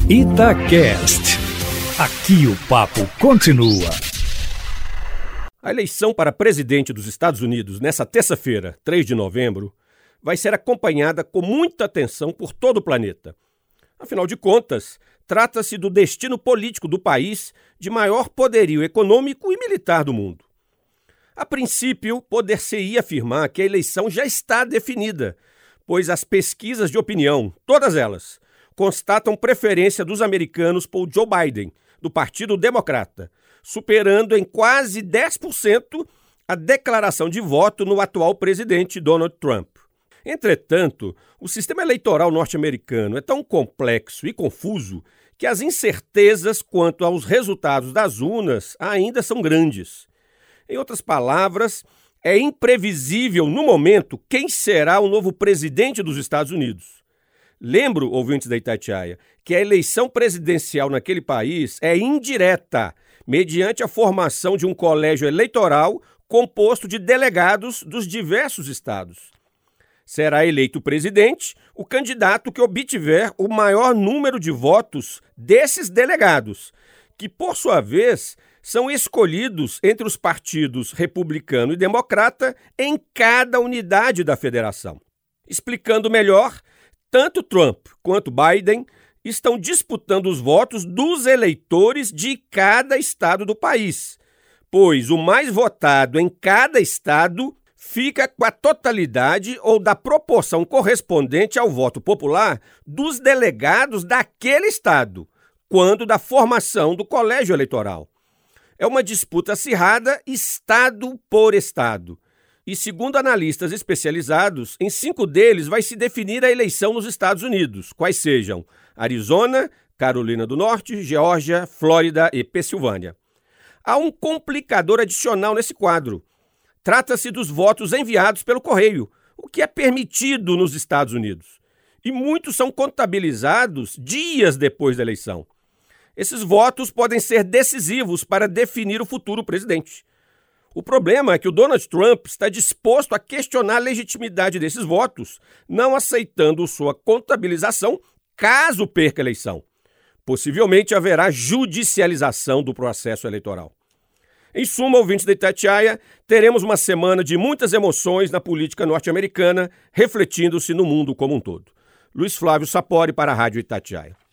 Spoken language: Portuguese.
Itacast. Aqui o papo continua. A eleição para presidente dos Estados Unidos nessa terça-feira, 3 de novembro, vai ser acompanhada com muita atenção por todo o planeta. Afinal de contas, trata-se do destino político do país de maior poderio econômico e militar do mundo. A princípio, poder-se-ia afirmar que a eleição já está definida, pois as pesquisas de opinião, todas elas, constatam preferência dos americanos por Joe Biden, do Partido Democrata, superando em quase 10% a declaração de voto no atual presidente Donald Trump. Entretanto, o sistema eleitoral norte-americano é tão complexo e confuso que as incertezas quanto aos resultados das urnas ainda são grandes. Em outras palavras, é imprevisível no momento quem será o novo presidente dos Estados Unidos. Lembro, ouvintes da Itatiaia, que a eleição presidencial naquele país é indireta, mediante a formação de um colégio eleitoral composto de delegados dos diversos estados. Será eleito presidente o candidato que obtiver o maior número de votos desses delegados, que, por sua vez, são escolhidos entre os partidos republicano e democrata em cada unidade da federação. Explicando melhor, tanto Trump quanto Biden estão disputando os votos dos eleitores de cada estado do país, pois o mais votado em cada estado fica com a totalidade ou da proporção correspondente ao voto popular dos delegados daquele estado, quando da formação do colégio eleitoral. É uma disputa acirrada estado por estado. E, segundo analistas especializados, em 5 deles vai se definir a eleição nos Estados Unidos, quais sejam Arizona, Carolina do Norte, Geórgia, Flórida e Pensilvânia. Há um complicador adicional nesse quadro. Trata-se dos votos enviados pelo correio, o que é permitido nos Estados Unidos. E muitos são contabilizados dias depois da eleição. Esses votos podem ser decisivos para definir o futuro presidente. O problema é que o Donald Trump está disposto a questionar a legitimidade desses votos, não aceitando sua contabilização caso perca a eleição. Possivelmente haverá judicialização do processo eleitoral. Em suma, ouvintes da Itatiaia, teremos uma semana de muitas emoções na política norte-americana, refletindo-se no mundo como um todo. Luiz Flávio Sapori para a Rádio Itatiaia.